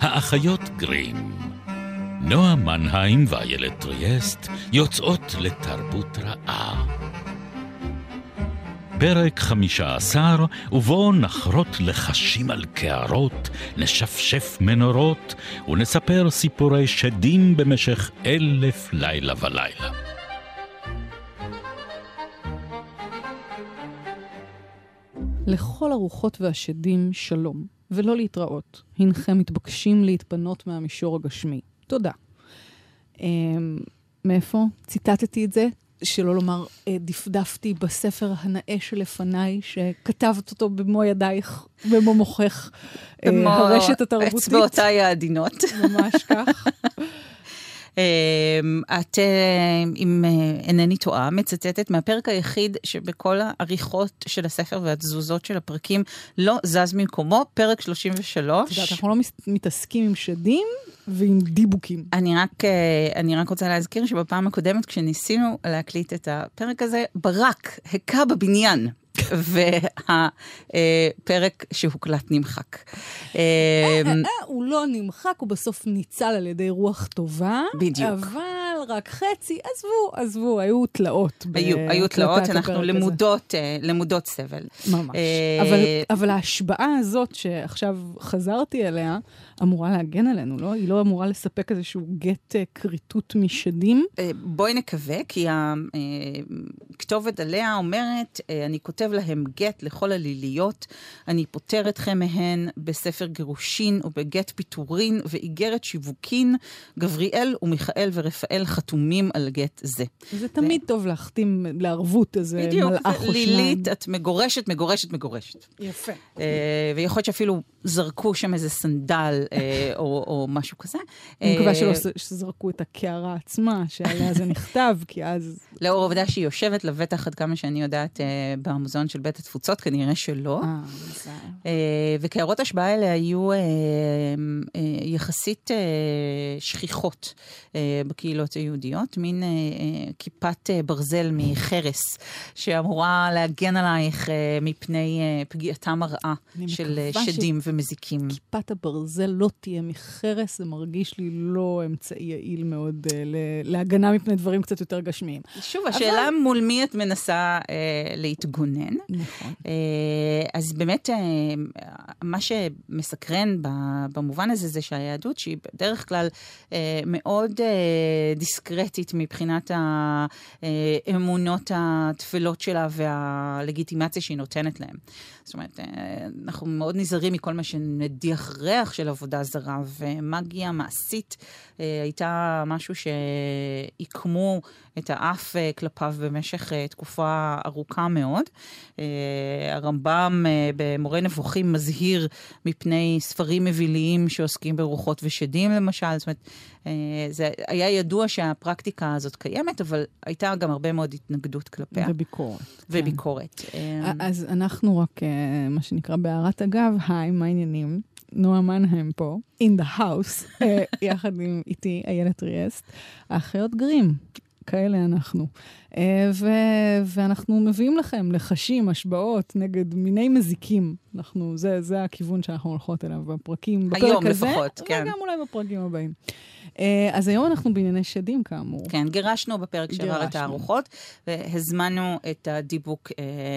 האחיות גרים. נועה מנהיים ואיילת טריאסט יוצאות לתרבות רעה. פרק 15, ובו נחרות לחשים על קערות, נשפשף מנורות, ונספר סיפורי שדים במשך 1000 לילה ולילה. לכל הרוחות והשדים שלום, ולא להתראות. הנכם מתבקשים להתפנות מהמישור הגשמי. תודה. מאיפה? ציטטתי את זה, שלא לומר, דפדפתי בספר הנאה שלפניי, שכתבת אותו במו ידייך, במו מוחך, הרשת התרבותית. אצבעותיי העדינות. ממש כך. את, אם אינני טועה, מצטטת מהפרק היחיד שבכל העריכות של הספר והתזוזות של הפרקים לא זז ממקומו, פרק 33. אנחנו לא מתעסקים עם שדים ועם דיבוקים. אני רק רוצה להזכיר שבפעם הקודמת כשניסינו להקליט את הפרק הזה, ברק הקה בבניין. והפרק שהוקלט נמחק. הוא לא נמחק, הוא בסוף ניצל על ידי רוח טובה. בדיוק. אבל רק חצי, עזבו, היו תלאות. היו תלאות, אנחנו למודות סבל. ממש. אבל ההשפעה הזאת שעכשיו חזרתי אליה, אמורה להגן עלינו, לא? היא לא אמורה לספק איזשהו גט קריטות משדים? בואי נקווה, כי הכתובת עליה אומרת, אני כותב להם גט לכל הליליות, אני פותר אתכם מהן בספר גירושין ובגט פיטורין ואיגרת שיווקין, גבריאל ומיכאל ורפאל חתומים על גט זה. זה תמיד טוב להחתים לערבות איזה מלאך או שניים. לילית, את מגורשת. יפה. ויכול להיות שאפילו זרקו שם איזה סנדל או משהו כזה. אני מקווה שלא שזרקו את הקערה עצמה, שעליה זה נכתב, כי אז... לאור העובדה שהיא יושבת לבטח עד כמה שאני יודעת במוזיאון של בית התפוצות, כנראה שלא. וקערות השבעה האלה היו יחסית שכיחות בקהילות היהודיות, מין כיפת ברזל מחרס, שאמורה להגן עלייך מפני פגיעתם הרעה של שדים ומזיקים. כיפת הברזל לא תהיה מחרס, זה מרגיש לי לא אמצעי יעיל מאוד להגנה מפני דברים קצת יותר גשמיים. שוב, השאלה מול מי את מנסה להתגונן. נכון. אז באמת, מה שמסקרן במובן הזה, זה שהיהדות, שהיא בדרך כלל מאוד דיסקרטית מבחינת האמונות התפלות שלה והלגיטימציה שהיא נותנת להם. זאת אומרת, אנחנו מאוד נזהרים מכל מה שנדיח ריח של עבודה זרה, ומגיה מעשית הייתה משהו שעיקמו את האף כלפיו במשך תקופה ארוכה מאוד. הרמב"ם במורה נבוכים מזהיר מפני ספרים מביליים שעוסקים ברוחות ושדים למשל. זאת אומרת, זה היה ידוע שהפרקטיקה הזאת קיימת, אבל הייתה גם הרבה מאוד התנגדות כלפיה. וביקורת. אז אנחנו רק, מה שנקרא בהערת אגב, היי, מה העניינים? נועה מנהיים פה, in the house, יחד עם איתי איילת טריאסט, האחיות גרים. כאלה אנחנו. ואנחנו מביאים לכם לחשים, השבעות, נגד מיני מזיקים. זה הכיוון שאנחנו הולכות אליו בפרקים. היום לפחות, כן. וגם אולי בפרקים הבאים. אז היום אנחנו בענייני שדים, כאמור. כן, גירשנו בפרק שעבר את הארוחות, והזמנו את הדיבוק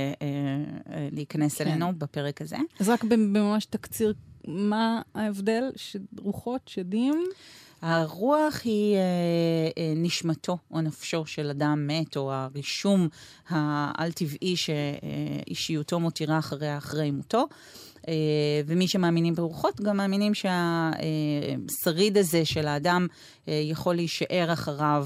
להיכנס אלינו בפרק הזה. אז רק בממש תקציר, מה ההבדל? רוחות, שדים? הרוח היא נשמתו או נפשו של אדם מת, או הרישום העל-טבעי שאישיותו מותירה אחרי מותו. ומי שמאמינים ברוחות גם מאמינים שהשריד הזה של האדם יכול להישאר אחריו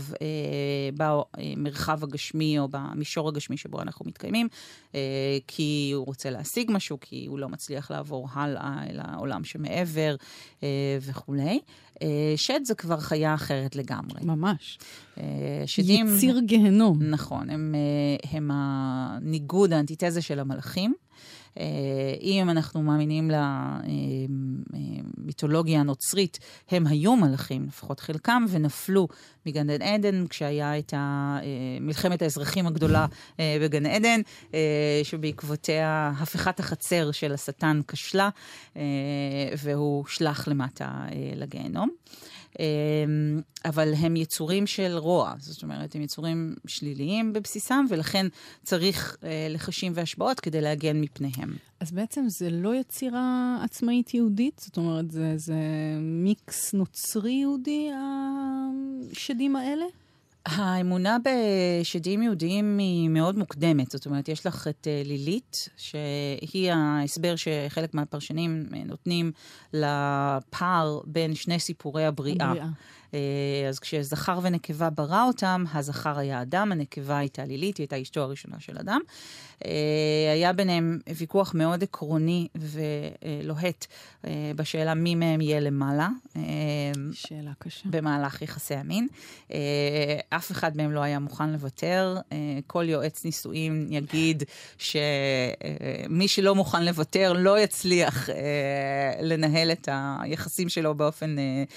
במרחב הגשמי או במישור הגשמי שבו אנחנו מתקיימים, כי הוא רוצה להשיג משהו, כי הוא לא מצליח לעבור הלאה אל העולם שמעבר וכולי. שד זה כבר חיה אחרת לגמרי. ממש. שדים... יציר גהנום. נכון, הם הניגוד, האנטיתזה של המלאכים. אם אנחנו מאמינים למיתולוגיה הנוצרית, הם היו מלאכים, לפחות חלקם, ונפלו מגן עדן, כשהיה את מלחמת האזרחים הגדולה בגן עדן, שבעקבותיה הפיכת החצר של השטן כשלה, והוא שלח למטה לגיהנום. אבל הם יצורים של רוע, זאת אומרת, הם יצורים שליליים בבסיסם, ולכן צריך לחשים והשפעות כדי להגן מפניהם. אז בעצם זה לא יצירה עצמאית יהודית? זאת אומרת, זה מיקס נוצרי יהודי, השדים האלה? האמונה בשדים יהודיים היא מאוד מוקדמת, זאת אומרת, יש לך את לילית, שהיא ההסבר שחלק מהפרשנים נותנים לפער בין שני סיפורי הבריאה. אז כשזכר ונקבה ברא אותם, הזכר היה אדם, הנקבה הייתה לילית, היא הייתה אשתו הראשונה של אדם. היה ביניהם ויכוח מאוד עקרוני ולוהט בשאלה מי מהם יהיה למעלה. שאלה קשה. במהלך יחסי המין. אף אחד מהם לא היה מוכן לוותר. כל יועץ נישואים יגיד שמי שלא מוכן לוותר לא יצליח לנהל את היחסים שלו באופן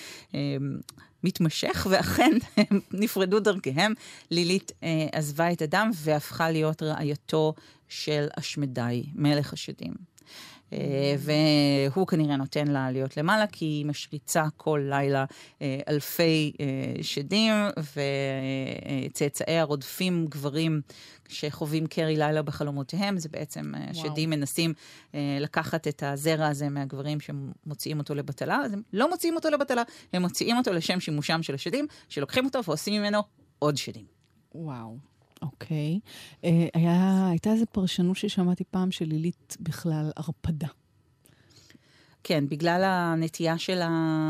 מתמשך, ואכן הם נפרדו דרכיהם. לילית עזבה את אדם והפכה להיות רעייתו של אשמדי, מלך השדים. והוא כנראה נותן לה להיות למעלה, כי היא משריצה כל לילה אלפי שדים, וצאצאי הרודפים גברים שחווים קרי לילה בחלומותיהם, זה בעצם השדים מנסים לקחת את הזרע הזה מהגברים שמוציאים אותו לבטלה, אז הם לא מוציאים אותו לבטלה, הם מוציאים אותו לשם שימושם של השדים, שלוקחים אותו ועושים ממנו עוד שדים. וואו. אוקיי. הייתה איזו פרשנות ששמעתי פעם של לילית בכלל הרפדה. כן, בגלל הנטייה שלה,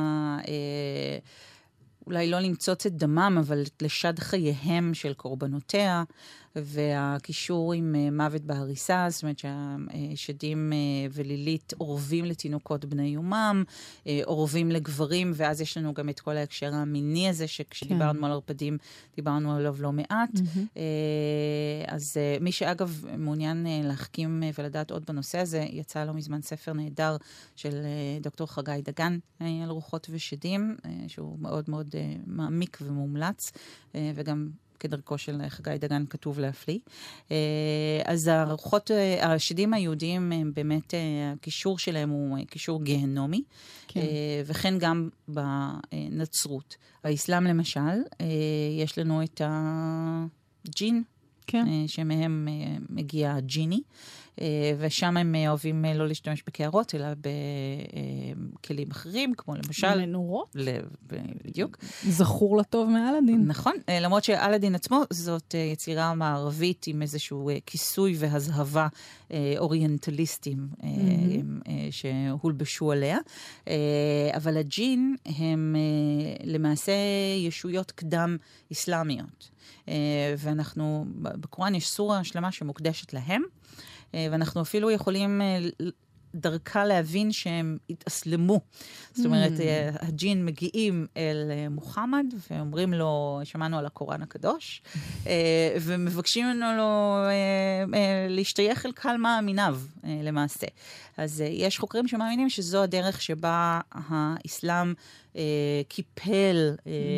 אולי לא למצוץ את דמם, אבל לשד חייהם של קורבנותיה, והקישור עם מוות בהריסה, זאת אומרת שהשדים ולילית עורבים לתינוקות בני יומם, עורבים לגברים, ואז יש לנו גם את כל ההקשר המיני הזה, שכשדיברנו על הרפדים, דיברנו עליו לא מעט. אז מי שאגב מעוניין להחכים ולדעת עוד בנושא הזה, יצא לו מזמן ספר נהדר של דוקטור חגי דגן על רוחות ושדים, שהוא מאוד מאוד מעמיק ומומלץ, וגם כדרכו של חגי דגן כתוב להפליא. אז השדים היהודיים, באמת, הקישור שלהם הוא קישור גהנומי, וכן גם בנצרות. באסלאם למשל, יש לנו את הג'ין, שמהם מגיע הג'יני, ושם הם אוהבים לא להשתמש בקערות, אלא בכלים אחרים, כמו למשל מנורות? בדיוק. זכור לטוב מאלאדין. נכון, למרות שאלאדין עצמו זאת יצירה מערבית עם איזשהו כיסוי והזהבה אוריינטליסטים שהולבשו עליה. אבל הג'ין הם למעשה ישויות קדם אסלאמיות. ואנחנו, בקוראן יש סורה שלמה שמוקדשת להם, ואנחנו אפילו יכולים דרכה להבין שהם התאסלמו. זאת אומרת, הג'ין מגיעים אל מוחמד, ואומרים לו, שמענו על הקוראן הקדוש, ומבקשים ממנו להשתייך אל קהל מאמיניו, למעשה. אז יש חוקרים שמאמינים שזו הדרך שבה האסלאם קיפל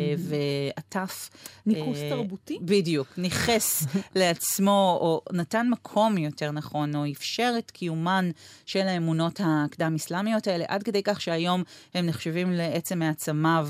ועטף. ניכוס תרבותי? בדיוק. ניחס לעצמו, או נתן מקום יותר נכון, או אפשר את קיומן של האמונות הקדם-אסלאמיות האלה, עד כדי כך שהיום הם נחשבים לעצם מעצמיו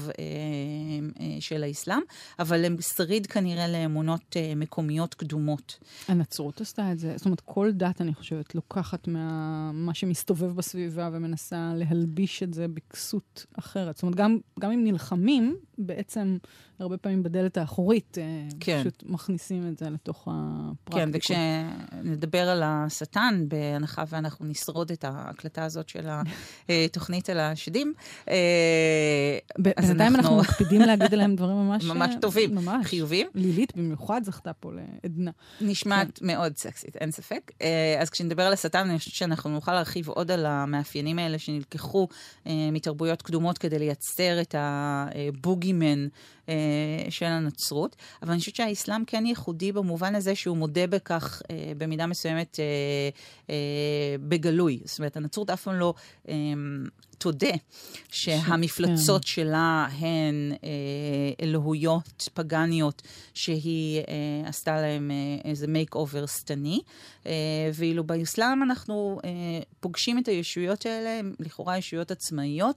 של האסלאם, אבל הם שריד כנראה לאמונות מקומיות קדומות. הנצרות עשתה את זה. זאת אומרת, כל דת, אני חושבת, לוקחת מה שמסתובב בסביבה ומנסה להלביש את זה בכסות אחרת. זאת אומרת, גם אם נלחמים, בעצם הרבה פעמים בדלת האחורית, פשוט מכניסים את זה לתוך הפרקטיקות. כן, וכשנדבר על השטן, בהנחה ואנחנו נשרוד את ההקלטה הזאת של התוכנית על השדים. בינתיים אנחנו מקפידים להגיד עליהם דברים ממש טובים, חיובים. לילית במיוחד זכתה פה לעדנה. נשמעת מאוד סקסית, אין ספק. אז כשנדבר על השטן, אני חושבת שאנחנו נוכל להרחיב עוד על המאפיינים האלה שנלקחו מתרבויות קדומות כדי לייצר את הבוגימן של הנצרות. אבל אני חושבת שהאסלאם כן ייחודי במובן הזה שהוא מודה בכך במידה מסוימת בגלוי. זאת אומרת, הנצרות אף פעם לא תודה שהמפלצות שלה הן אלוהויות פגניות שהיא עשתה להם איזה מייק אובר סתני. ואילו באסלאם אנחנו פוגשים את הישויות האלה, לכאורה ישויות עצמאיות,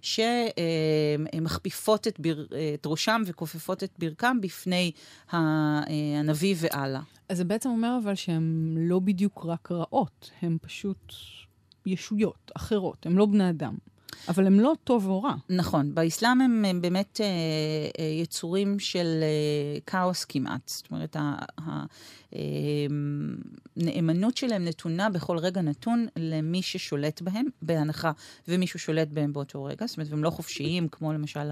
שמכפיפות את ראשם וכופפות את ברכם בפני הנביא ואללה. אז זה בעצם אומר אבל שהן לא בדיוק רק רעות, הן פשוט ישויות אחרות, הן לא בני אדם. אבל הם לא טוב או רע. נכון, באסלאם הם באמת יצורים של כאוס כמעט. זאת אומרת, הנאמנות שלהם נתונה בכל רגע נתון למי ששולט בהם, בהנחה ומישהו שולט בהם באותו רגע. זאת אומרת, הם לא חופשיים, כמו למשל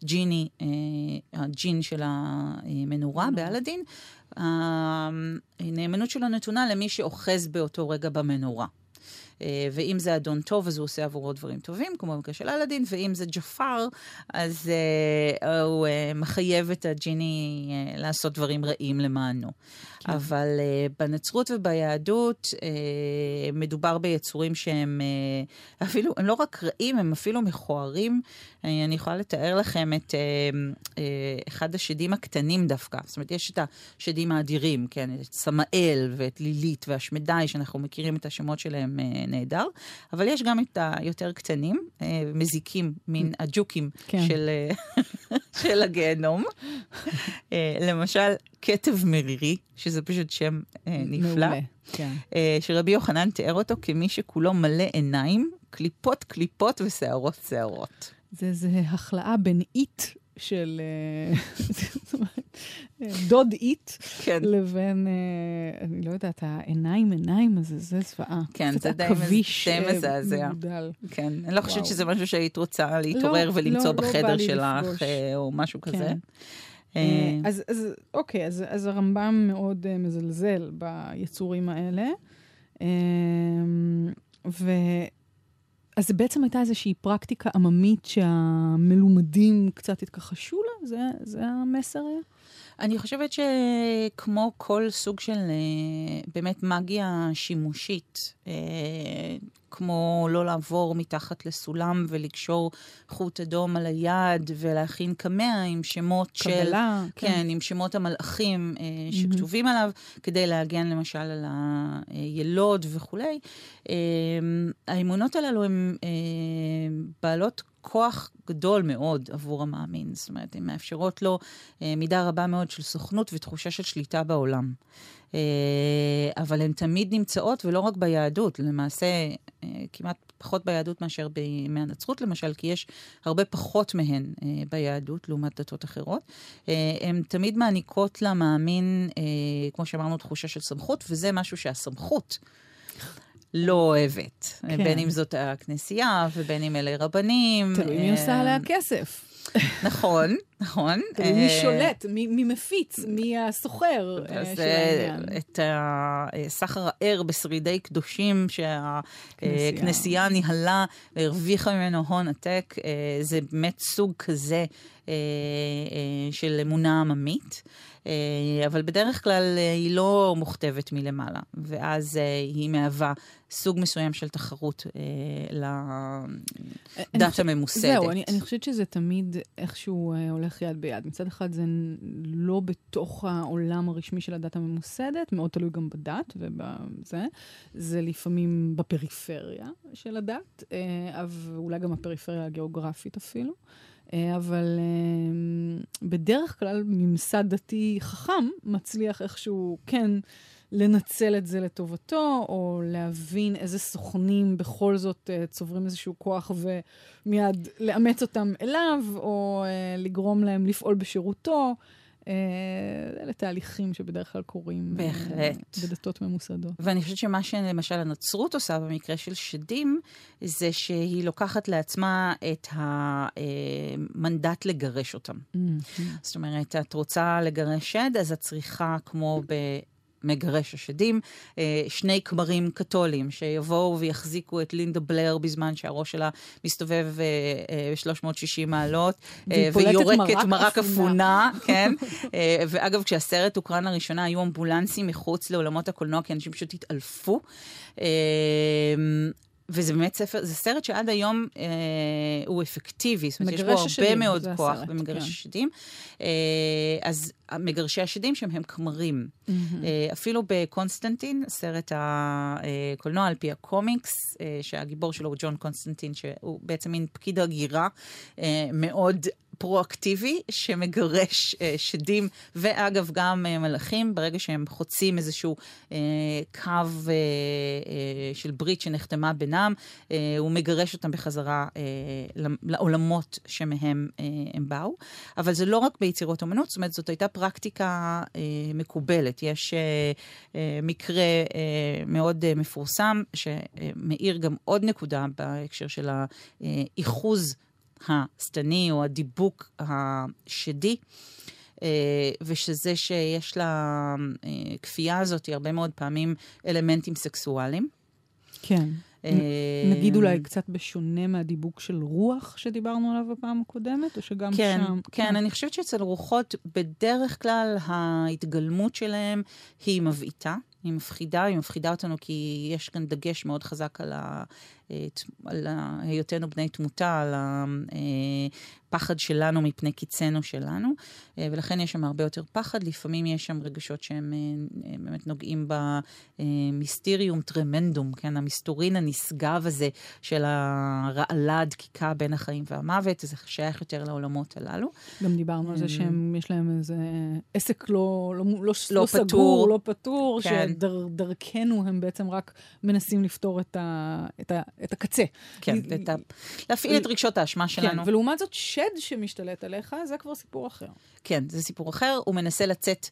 הג'ין של המנורה באלאדין. הנאמנות שלו נתונה למי שאוחז באותו רגע במנורה. ואם זה אדון טוב, אז הוא עושה עבורו דברים טובים, כמו במקרה של אלאדין, ואם זה ג'פר, אז הוא מחייב את הג'יני לעשות דברים רעים למענו. כן. אבל בנצרות וביהדות מדובר ביצורים שהם אפילו, הם לא רק רעים, הם אפילו מכוערים. אני יכולה לתאר לכם את אחד השדים הקטנים דווקא. זאת אומרת, יש את השדים האדירים, כן? את סמאל ואת לילית והשמדי, שאנחנו מכירים את השמות שלהם נהדר, אבל יש גם את היותר קטנים, מזיקים, מין הג'וקים של הגיהנום. למשל, כתב מרירי, שזה פשוט שם נפלא, שרבי יוחנן תיאר אותו כמי שכולו מלא עיניים, קליפות ושערות. זה החלאה בין אית של דוד אית, לבין, אני לא יודעת, העיניים, אז זה זוועה. כן, זה די מזעזע. כן, אני לא חושבת שזה משהו שהיית רוצה להתעורר ולמצוא בחדר שלך, או משהו כזה. אז אוקיי, אז הרמב"ם מאוד מזלזל ביצורים האלה, אז זה בעצם הייתה איזושהי פרקטיקה עממית שהמלומדים קצת התכחשו לה? זה המסר היה? אני חושבת שכמו כל סוג של באמת מגיה שימושית, כמו לא לעבור מתחת לסולם ולקשור חוט אדום על היד ולהכין קמע עם שמות קבלה, כן, עם שמות המלאכים שכתובים עליו, כדי להגן למשל על הילוד וכולי. האמונות הללו הן בעלות כוח גדול מאוד עבור המאמין. זאת אומרת, הן מאפשרות לו מידה רבה מאוד של סוכנות ותחושה של שליטה בעולם. אבל הן תמיד נמצאות, ולא רק ביהדות, למעשה כמעט פחות ביהדות מאשר מהנצרות למשל, כי יש הרבה פחות מהן ביהדות, לעומת דתות אחרות. הן תמיד מעניקות למאמין, כמו שאמרנו, תחושה של סמכות, וזה משהו שהסמכות לא אוהבת. כן. בין אם זאת הכנסייה, ובין אם אלה רבנים. תלוי מי עושה עליה כסף. נכון. מי שולט, מי מפיץ, מי הסוחר של העניין. את הסחר הער בשרידי קדושים שהכנסייה ניהלה, הרוויחה ממנו הון עתק, זה באמת סוג כזה של אמונה עממית. אבל בדרך כלל היא לא מוכתבת מלמעלה, ואז היא מהווה סוג מסוים של תחרות לדת הממוסדת. זהו, אני חושבת שזה תמיד איכשהו הולך יד ביד. מצד אחד זה לא בתוך העולם הרשמי של הדת הממוסדת, מאוד תלוי גם בדת ובזה. זה לפעמים בפריפריה של הדת, ואולי גם הפריפריה הגיאוגרפית אפילו. אבל בדרך כלל ממסד דתי חכם מצליח איכשהו כן לנצל את זה לטובתו, או להבין איזה סוכנים בכל זאת צוברים איזשהו כוח ומיד לאמץ אותם אליו, או לגרום להם לפעול בשירותו. אלה תהליכים שבדרך כלל קורים בדתות ממוסדות. ואני חושבת שמה שלמשל הנצרות עושה במקרה של שדים, זה שהיא לוקחת לעצמה את המנדט לגרש אותם. זאת אומרת, את רוצה לגרש שד, אז את צריכה כמו מגרש השדים, שני כמרים קתולים שיבואו ויחזיקו את לינדה בלר בזמן שהראש שלה מסתובב 360 מעלות, ויורקת מרק אפונה, כן? ואגב, כשהסרט הוקרן לראשונה, היו אמבולנסים מחוץ לעולמות הקולנוע, כי אנשים פשוט התעלפו. וזה באמת זה סרט שעד היום הוא אפקטיבי, זאת אומרת, יש בו הרבה מאוד כוח במגרש השדים. אז מגרשי השדים שהם כמרים. אפילו בקונסטנטין, סרט הקולנוע על פי הקומיקס, שהגיבור שלו הוא ג'ון קונסטנטין, שהוא בעצם מין פקיד הגירה מאוד פרואקטיבי, שמגרש שדים, ואגב גם מלאכים, ברגע שהם חוצים איזשהו קו של ברית שנחתמה בינם, הוא מגרש אותם בחזרה לעולמות שמהם הם באו. אבל זה לא רק ביצירות אומנות, זאת אומרת, זאת הייתה פרקטיקה מקובלת. יש מקרה מאוד מפורסם, שמאיר גם עוד נקודה בהקשר של האיחוז הסתני או הדיבוק השדי, ושזה שיש לכפייה הזאת הרבה מאוד פעמים אלמנטים סקסואליים. כן. נגיד אולי קצת בשונה מהדיבוק של רוח שדיברנו עליו בפעם הקודמת, או שגם שם? כן, אני חושבת שאצל רוחות בדרך כלל ההתגלמות שלהם היא מבעיטה, היא מפחידה אותנו כי יש כאן דגש מאוד חזק על היותנו בני תמותה, על הפחד שלנו מפני קיצנו שלנו, ולכן יש שם הרבה יותר פחד. לפעמים יש שם רגשות שהם באמת נוגעים במיסטריום טרמנדום, כן, המסתורין הנשגב הזה של הרעלה הדקיקה בין החיים והמוות, זה שייך יותר לעולמות הללו. גם דיברנו על זה שיש להם איזה עסק לא סגור, לא פתור, שדרכנו הם בעצם רק מנסים לפתור את הקצה. כן, להפעיל את רגשות האשמה שלנו. כן, ולעומת זאת שד שמשתלט עליך, זה כבר סיפור אחר. כן, זה סיפור אחר. הוא מנסה לצאת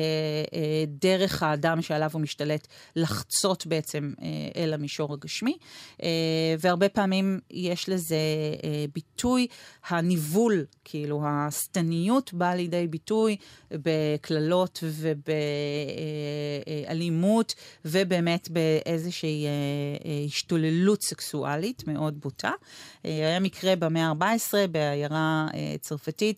דרך האדם שעליו הוא משתלט, לחצות בעצם אל המישור הגשמי, והרבה פעמים יש לזה ביטוי, הניבול, כאילו הסתניות באה לידי ביטוי בכללות ובאלימות, ובאמת באיזושהי השתוללות סקסואלית מאוד בוטה. היה מקרה במאה ה-14 בעיירה צרפתית,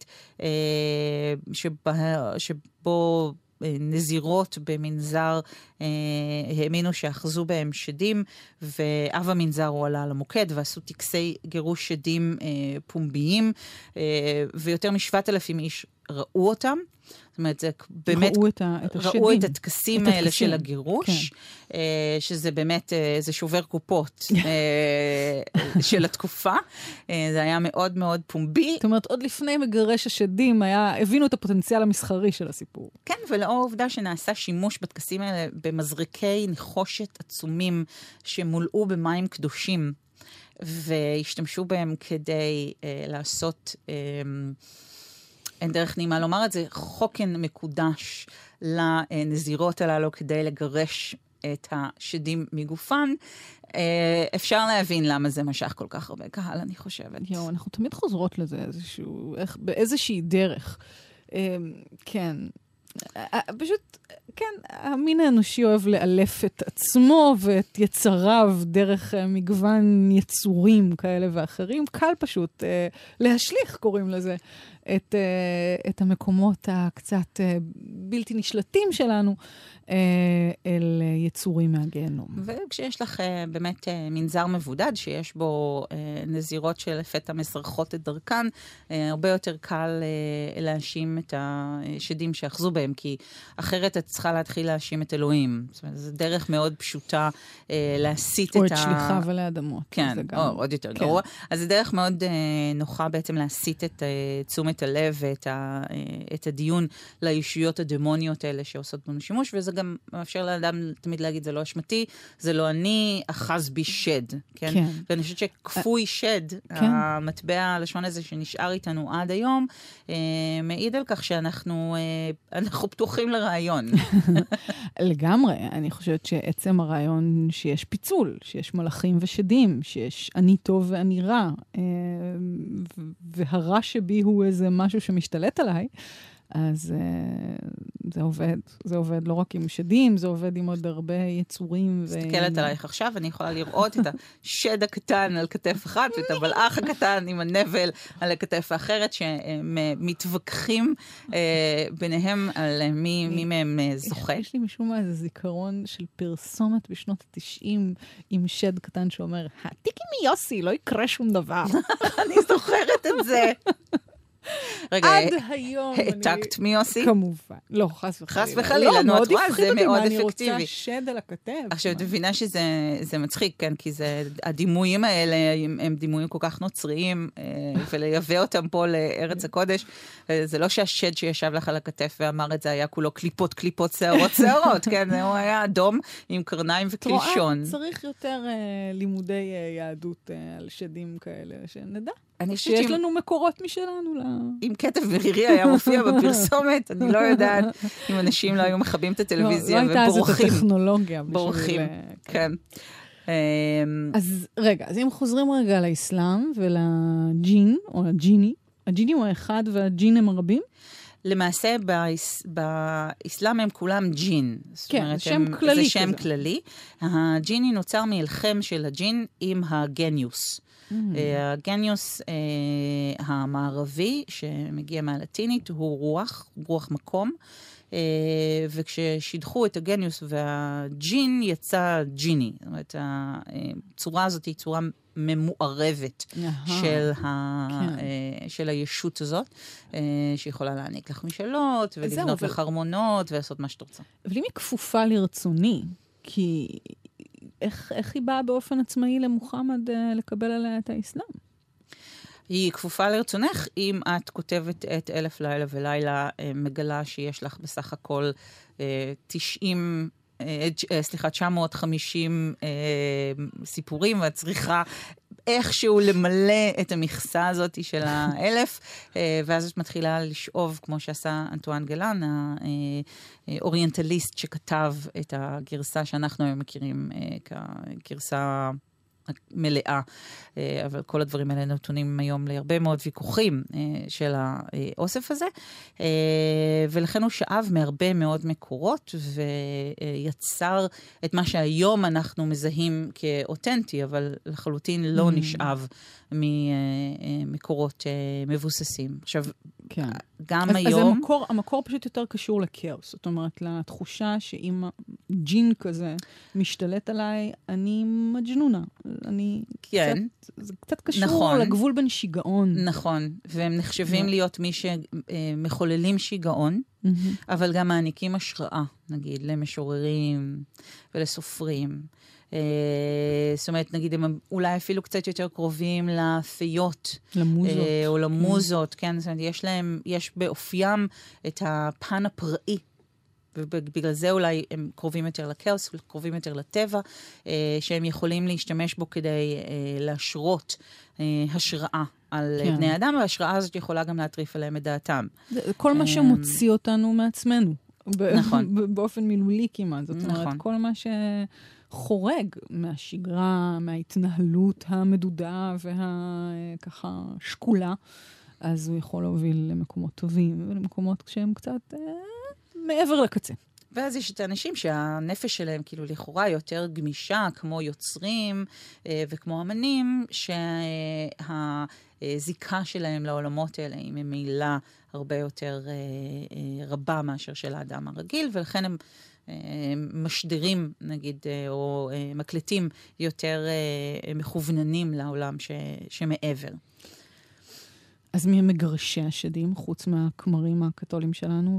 שבו נזירות במנזר האמינו שאחזו בהם שדים, ואב המנזר הוא עלה על המוקד ועשו טקסי גירוש שדים פומביים, ויותר מ7,000 איש ראו אותם. זאת אומרת, זה באמת ראו את הטקסים האלה של הגירוש, שזה באמת, זה שובר קופות של התקופה. זה היה מאוד מאוד פומבי. זאת אומרת, עוד לפני מגרש השדים, הבינו את הפוטנציאל המסחרי של הסיפור. כן, ולאור העובדה שנעשה שימוש בטקסים האלה במזרקי נחושת עצומים שמולאו במים קדושים, והשתמשו בהם כדי לעשות אין דרך נעימה לומר את זה, חוקן מקודש לנזירות הללו כדי לגרש את השדים מגופן. אפשר להבין למה זה משך כל כך הרבה קהל, אני חושבת. אנחנו תמיד חוזרות לזה באיזושהי דרך. כן. פשוט, כן, המין האנושי אוהב לאלף את עצמו ואת יצריו דרך מגוון יצורים כאלה ואחרים. קל פשוט להשליך, קוראים לזה, את המקומות הקצת בלתי נשלטים שלנו אל יצורים מהגיהנום. וכשיש לך באמת מנזר מבודד, שיש בו נזירות שלפתע מסרחות את דרכן, הרבה יותר קל להאשים את השדים שאחזו בהם, כי אחרת את צריכה להתחיל להאשים את אלוהים. זאת אומרת, זו דרך מאוד פשוטה להסיט את או את שליחה ולאדמות. כן, עוד יותר גרוע. אז זו דרך מאוד נוחה בעצם להסיט את תשומת תשומת הלב את הדיון לישויות הדמוניות האלה שעושות בנו שימוש, וזה גם מאפשר לאדם תמיד להגיד, זה לא אשמתי, זה לא אני, אחז בי שד. כן? כן. ואני חושבת שכפוי שד, כן. המטבע הלשון הזה שנשאר איתנו עד היום, מעיד על כך שאנחנו פתוחים לרעיון. לגמרי. אני חושבת שעצם הרעיון שיש פיצול, שיש מלאכים ושדים, שיש אני טוב ואני רע, והרע שבי הוא איזה משהו שמשתלט עליי, אז זה עובד לא רק עם שדים, זה עובד עם עוד הרבה יצורים. מסתכלת עלייך עכשיו, אני יכולה לראות את השד הקטן על כתף אחת, ואת הבלעך הקטן עם הנבל על הכתף האחרת, שמתווכחים ביניהם על מי מהם זוכה. יש לי משום מה איזה זיכרון של פרסומת בשנות ה-90, עם שד קטן שאומר, התיקי מיוסי, לא יקרה שום דבר. אני זוכרת את זה. רגע, עד היום. העתקת מיוסי? כמובן. לא, חס וחלילה. חס וחלילה, נו, את רואה, זה מאוד אפקטיבי. אני רוצה שד על הכתב. עכשיו, את מבינה שזה מצחיק, כן? כי הדימויים האלה הם דימויים כל כך נוצריים, ולייבא אותם פה לארץ הקודש. זה לא שהשד שישב לך על הכתף ואמר את זה היה כולו קליפות, שערות, כן? הוא היה אדום עם קרניים וקלישון. צריך יותר לימודי יהדות על שדים כאלה, שנדע. שיש לנו מקורות משלנו. אם כתב מרירי היה מופיע בפרסומת, אני לא יודעת אם אנשים לא היו מכבים את הטלוויזיה ובורחים. לא הייתה זאת הטכנולוגיה. בורחים, כן. אז רגע, אז אם חוזרים רגע לאסלאם ולג'ין, או לג'יני, הג'יני הוא האחד והג'ין הם הרבים? למעשה, באסלאם הם כולם ג'ין. כן, שם כללי. זה שם כללי. הג'יני נוצר מהלחם של הג'ין עם הגניוס. הגניוס המערבי, שמגיע מהלטינית, הוא רוח מקום, וכששידחו את הגניוס והג'ין, יצא ג'יני. זאת אומרת, הצורה הזאת היא צורה ממוערבת של הישות הזאת, שיכולה להעניק לך משאלות, ולבנות לך ארמונות, ולעשות מה שאת רוצה. אבל אם היא כפופה לרצוני, כי איך היא באה באופן עצמאי למוחמד לקבל עליה את האסלאם? היא כפופה לרצונך, אם את כותבת את 1000 לילה ולילה, מגלה שיש לך בסך הכל 950 סיפורים, ואת צריכה איכשהו למלא את המכסה הזאת של 1000, ואז את מתחילה לשאוב, כמו שעשה אנטואן גלן, האוריינטליסט שכתב את הגרסה שאנחנו היום מכירים כגרסה מלאה, אבל כל הדברים האלה נתונים היום להרבה מאוד ויכוחים של האוסף הזה, ולכן הוא שאב מהרבה מאוד מקורות, ויצר את מה שהיום אנחנו מזהים כאותנטי, אבל לחלוטין לא נשאב ממקורות מבוססים. עכשיו, כן. גם היום... אז המקור פשוט יותר קשור לכאוס. זאת אומרת, לתחושה שאם ג'ין כזה משתלט עליי, אני מג'נונה. אני כן. זה קצת קשור לגבול בין שיגעון. נכון. והם נחשבים להיות מי שמחוללים שיגעון, אבל גם מעניקים השראה, נגיד, למשוררים ולסופרים. זאת אומרת, נגיד, הם אולי אפילו קצת יותר קרובים לפיות. למוזות. או למוזות, כן? זאת אומרת, יש באופיים את הפן הפראי, ובגלל זה אולי הם קרובים יותר לקאוס, קרובים יותר לטבע, שהם יכולים להשתמש בו כדי להשרות השראה על בני אדם, וההשראה הזאת יכולה גם להטריף עליהם את דעתם. כל מה שמוציא אותנו מעצמנו. נכון. באופן מילולי כמעט. זאת אומרת, כל מה שחורג מהשגרה, מההתנהלות המדודה והככה שקולה, אז הוא יכול להוביל למקומות טובים, ולמקומות שהם קצת מעבר לקצה. ואז יש את האנשים שהנפש שלהם כאילו לכאורה יותר גמישה, כמו יוצרים וכמו אמנים, שהזיקה שלהם לעולמות האלה היא ממילא הרבה יותר רבה מאשר של האדם הרגיל, ולכן הם משדרים, נגיד, או מקלטים יותר מכווננים לעולם שמעבר. אז מי הם מגרשי השדים, חוץ מהכמרים הקתולים שלנו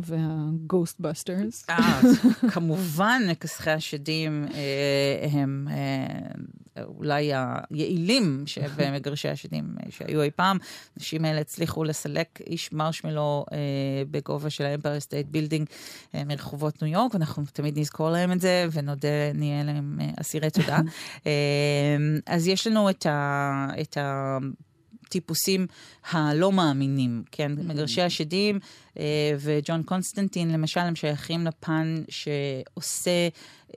והגוסטבאסטרס? כמובן, מכסחי השדים הם אולי היעילים שבמגרשי השדים שהיו אי פעם. אנשים האלה הצליחו לסלק איש מרשמלו בגובה של האמפייר סטייט בילדינג מרחובות ניו יורק, ואנחנו תמיד נזכור להם את זה, ונודה, נהיה להם אסירי תודה. אז יש לנו את הטיפוסים הלא מאמינים, כן? מגרשי השדים וג'ון קונסטנטין, למשל, הם שייכים לפן שעושה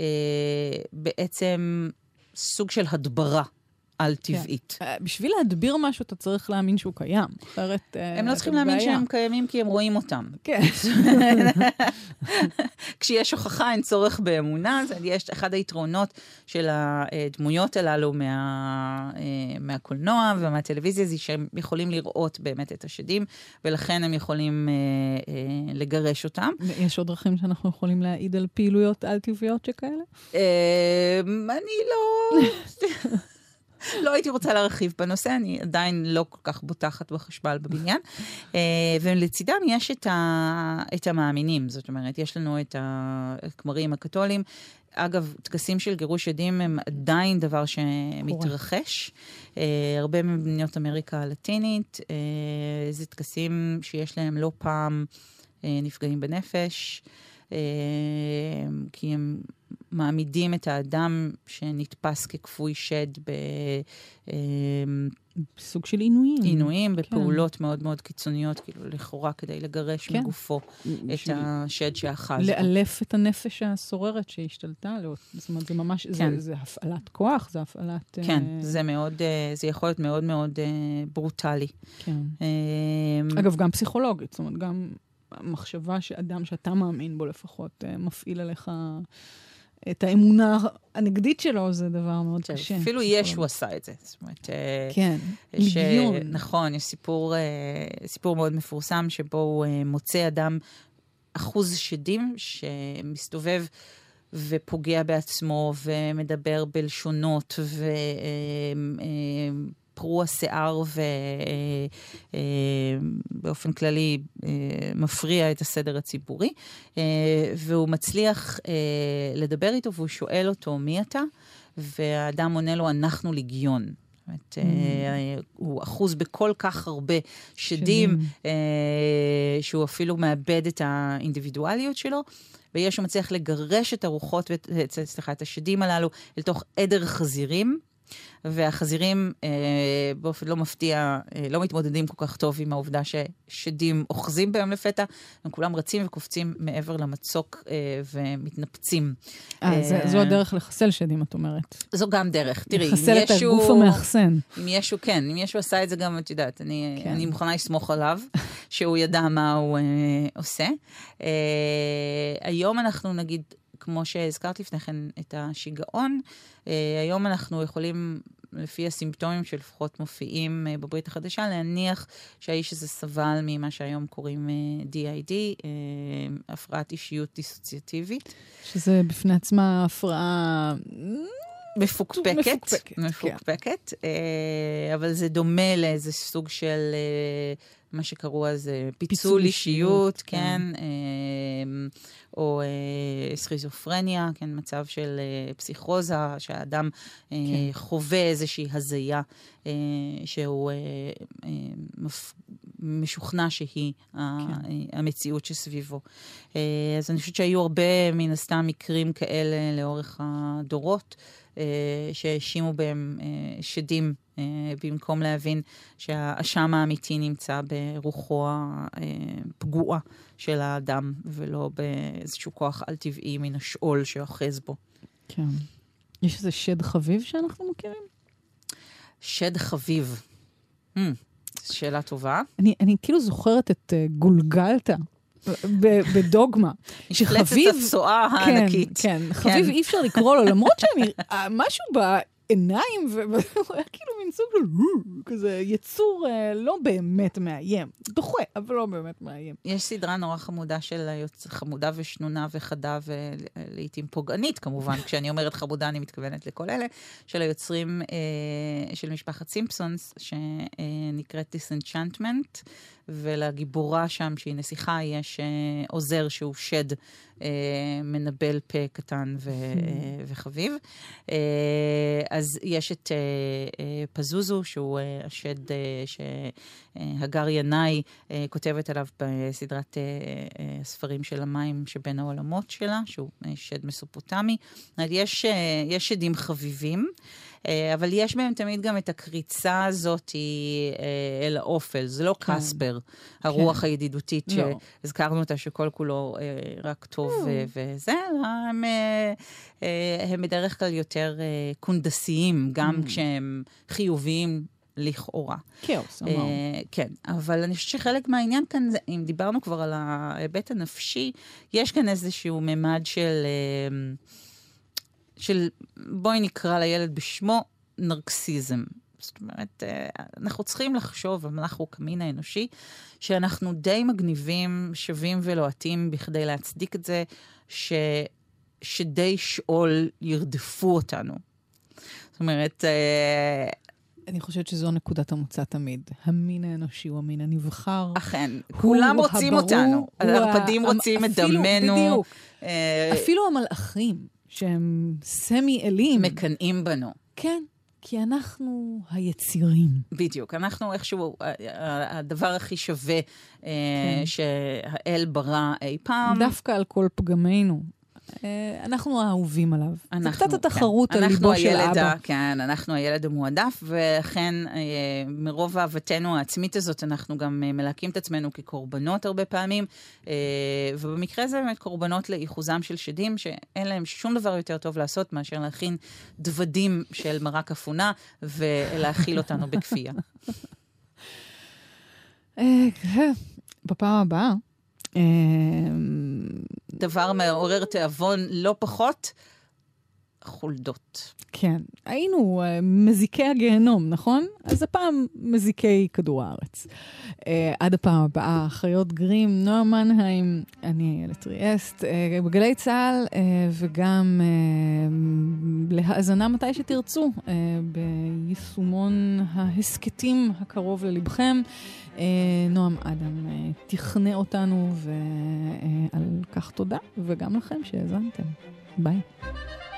בעצם סוג של הדברה על טבעית. בשביל להדביר משהו, אתה צריך להאמין שהוא קיים. אחרת, הם לא צריכים להאמין שהם קיימים כי הם רואים אותם. כן. כשיש הוכחה, אין צורך באמונה, אז יש אחד היתרונות של הדמויות הללו מהקולנוע ומהטלוויזיה, זה שהם יכולים לראות באמת את השדים, ולכן הם יכולים לגרש אותם. יש עוד דרכים שאנחנו יכולים להעיד על פעילויות על-טבעיות שכאלה? אני לא הייתי רוצה להרחיב בנושא, אני עדיין לא כל כך בוטחת בחשבל בבניין. ולצידם יש את המאמינים, זאת אומרת, יש לנו את הכמרים הקתולים. אגב, טקסים של גירוש עדים הם עדיין דבר שמתרחש. הרבה ממדינות אמריקה הלטינית, זה טקסים שיש להם לא פעם נפגעים בנפש, כי הם מעמידים את האדם שנתפס ככפוי שד בסוג של עינויים. עינויים, בפעולות מאוד מאוד קיצוניות, כאילו לכאורה כדי לגרש מגופו את השד שאחז. לאלף את הנפש הסוררת שהשתלטה לו. זאת אומרת, זה ממש, זה הפעלת כוח, זה הפעלת... כן, זה יכול להיות מאוד מאוד ברוטלי. כן. אגב, גם פסיכולוגית, זאת אומרת, גם המחשבה שאדם שאתה מאמין בו לפחות מפעיל עליך את האמונה הנגדית שלו, זה דבר מאוד קשה. אפילו ישו עשה את זה. זאת אומרת, כן, לגיון. נכון, יש סיפור מאוד מפורסם, שבו הוא מוצא אדם אחוז שדים, שמסתובב ופוגע בעצמו, ומדבר בלשונות, פרוע שיער ובאופן כללי מפריע את הסדר הציבורי, והוא מצליח לדבר איתו, והוא שואל אותו מי אתה, והאדם עונה לו אנחנו לגיון. זאת אומרת, הוא אחוז בכל כך הרבה שדים, שהוא אפילו מאבד את האינדיבידואליות שלו, וישו מצליח לגרש את הרוחות, את השדים הללו, אל תוך עדר חזירים, והחזירים באופן לא מפתיע, לא מתמודדים כל כך טוב עם העובדה ששדים אוחזים בהם לפתע, הם כולם רצים וקופצים מעבר למצוק ומתנפצים. זו הדרך לחסל שדים, את אומרת. זו גם דרך. תראי, לחסל את הגוף המאחסן. אם ישו, כן, אם ישו עשה את זה גם, את יודעת, אני מוכנה לסמוך עליו, שהוא ידע מה הוא עושה. היום אנחנו נגיד, כמו שהזכרת לפני כן את השיגעון, היום אנחנו יכולים, לפי הסימפטומים שלפחות מופיעים בברית החדשה, להניח שהאיש הזה סבל ממה שהיום קוראים DID, הפרעת אישיות דיסוציאטיבית. שזה בפני עצמה הפרעה... מפוקפקת, אבל זה דומה לאיזה סוג של מה שקראו אז פיצול אישיות, כן, או סכיזופרניה, כן, מצב של פסיכוזה, שהאדם חווה איזושהי הזיה, שהוא משוכנע שהיא המציאות שסביבו. אז אני חושבת שהיו הרבה מן הסתם מקרים כאלה לאורך הדורות, שהאשימו בהם שדים, במקום להבין שהאשם האמיתי נמצא ברוחו הפגועה של האדם, ולא באיזשהו כוח על-טבעי מן השאול שאוחז בו. כן. יש איזה שד חביב שאנחנו מכירים? שד חביב. שאלה טובה. אני כאילו זוכרת את גולגלתה. בדוגמה. שחביב... נפלצת הצועה הענקית. כן, חביב אי אפשר לקרוא לו, למרות משהו בעיניים, הוא היה כאילו מין סוג של כזה יצור לא באמת מאיים. דוחה, אבל לא באמת מאיים. יש סדרה נורא חמודה חמודה ושנונה וחדה ולעיתים פוגענית כמובן. כשאני אומרת חמודה אני מתכוונת לכל אלה, של היוצרים של משפחת סימפסונס, שנקראת Disenchantment, ולגיבורה שם, שהיא נסיכה, יש עוזר שהוא שד, מנבל פה קטן וחביב. אז יש את פזוזו, שהוא השד שהגר ינאי כותבת עליו בסדרת הספרים של המים שבין העולמות שלה, שהוא שד מסופוטמי. יש שדים חביבים, אבל יש בהם תמיד גם את הקריצה הזאת אל האופל. זה לא קספר, הרוח הידידותית שהזכרנו אותה שכל כולו רק טוב וזה, הם בדרך כלל יותר קונדסיים, גם כשהם חיוביים לכאורה. כאוס, אמרנו. כן, אבל אני חושבת שחלק מהעניין כאן, אם דיברנו כבר על ההיבט הנפשי, יש כאן איזשהו ממד של בואי נקרא לילד בשמו, נרקסיזם. זאת אומרת, אנחנו צריכים לחשוב, אנחנו כמין האנושי, שאנחנו די מגניבים, שווים ולועטים בכדי להצדיק את זה, שדי שאול ירדפו אותנו. זאת אומרת, אני חושבת שזו נקודת המוצא תמיד. המין האנושי הוא המין הנבחר. אכן, כולם רוצים אותנו. הערפדים רוצים את דמנו. בדיוק. אפילו המלאכים, שהם סמי-אלים. מקנאים בנו. כן, כי אנחנו היצירים. בדיוק, אנחנו איכשהו הדבר הכי שווה שהאל ברא אי פעם. דווקא על כל פגמינו. אנחנו האהובים עליו. זה קצת התחרות על ליבו של אבא. כן, אנחנו הילד המועדף, ולכן מרוב אהבתנו העצמית הזאת, אנחנו גם מלהקים את עצמנו כקורבנות הרבה פעמים, ובמקרה זה באמת קורבנות לאיחוזם של שדים, שאין להם שום דבר יותר טוב לעשות, מאשר להכין דוודים של מרק אפונה, ולהכיל אותנו בכפייה. בפעם הבאה, דבר מעורר תיאבון לא פחות, חולדות. כן, היינו מזיקי הגיהנום, נכון? אז הפעם מזיקי כדור הארץ. עד הפעם הבאה, חיות גרים, נועה מנהיים, אני איילת טריאסט, בגלי צהל, וגם להאזנה מתי שתרצו, ביישומון ההסקטים הקרוב ללבכם. נועם אדם תכנה אותנו, ועל כך תודה, וגם לכם שהאזנתם. ביי.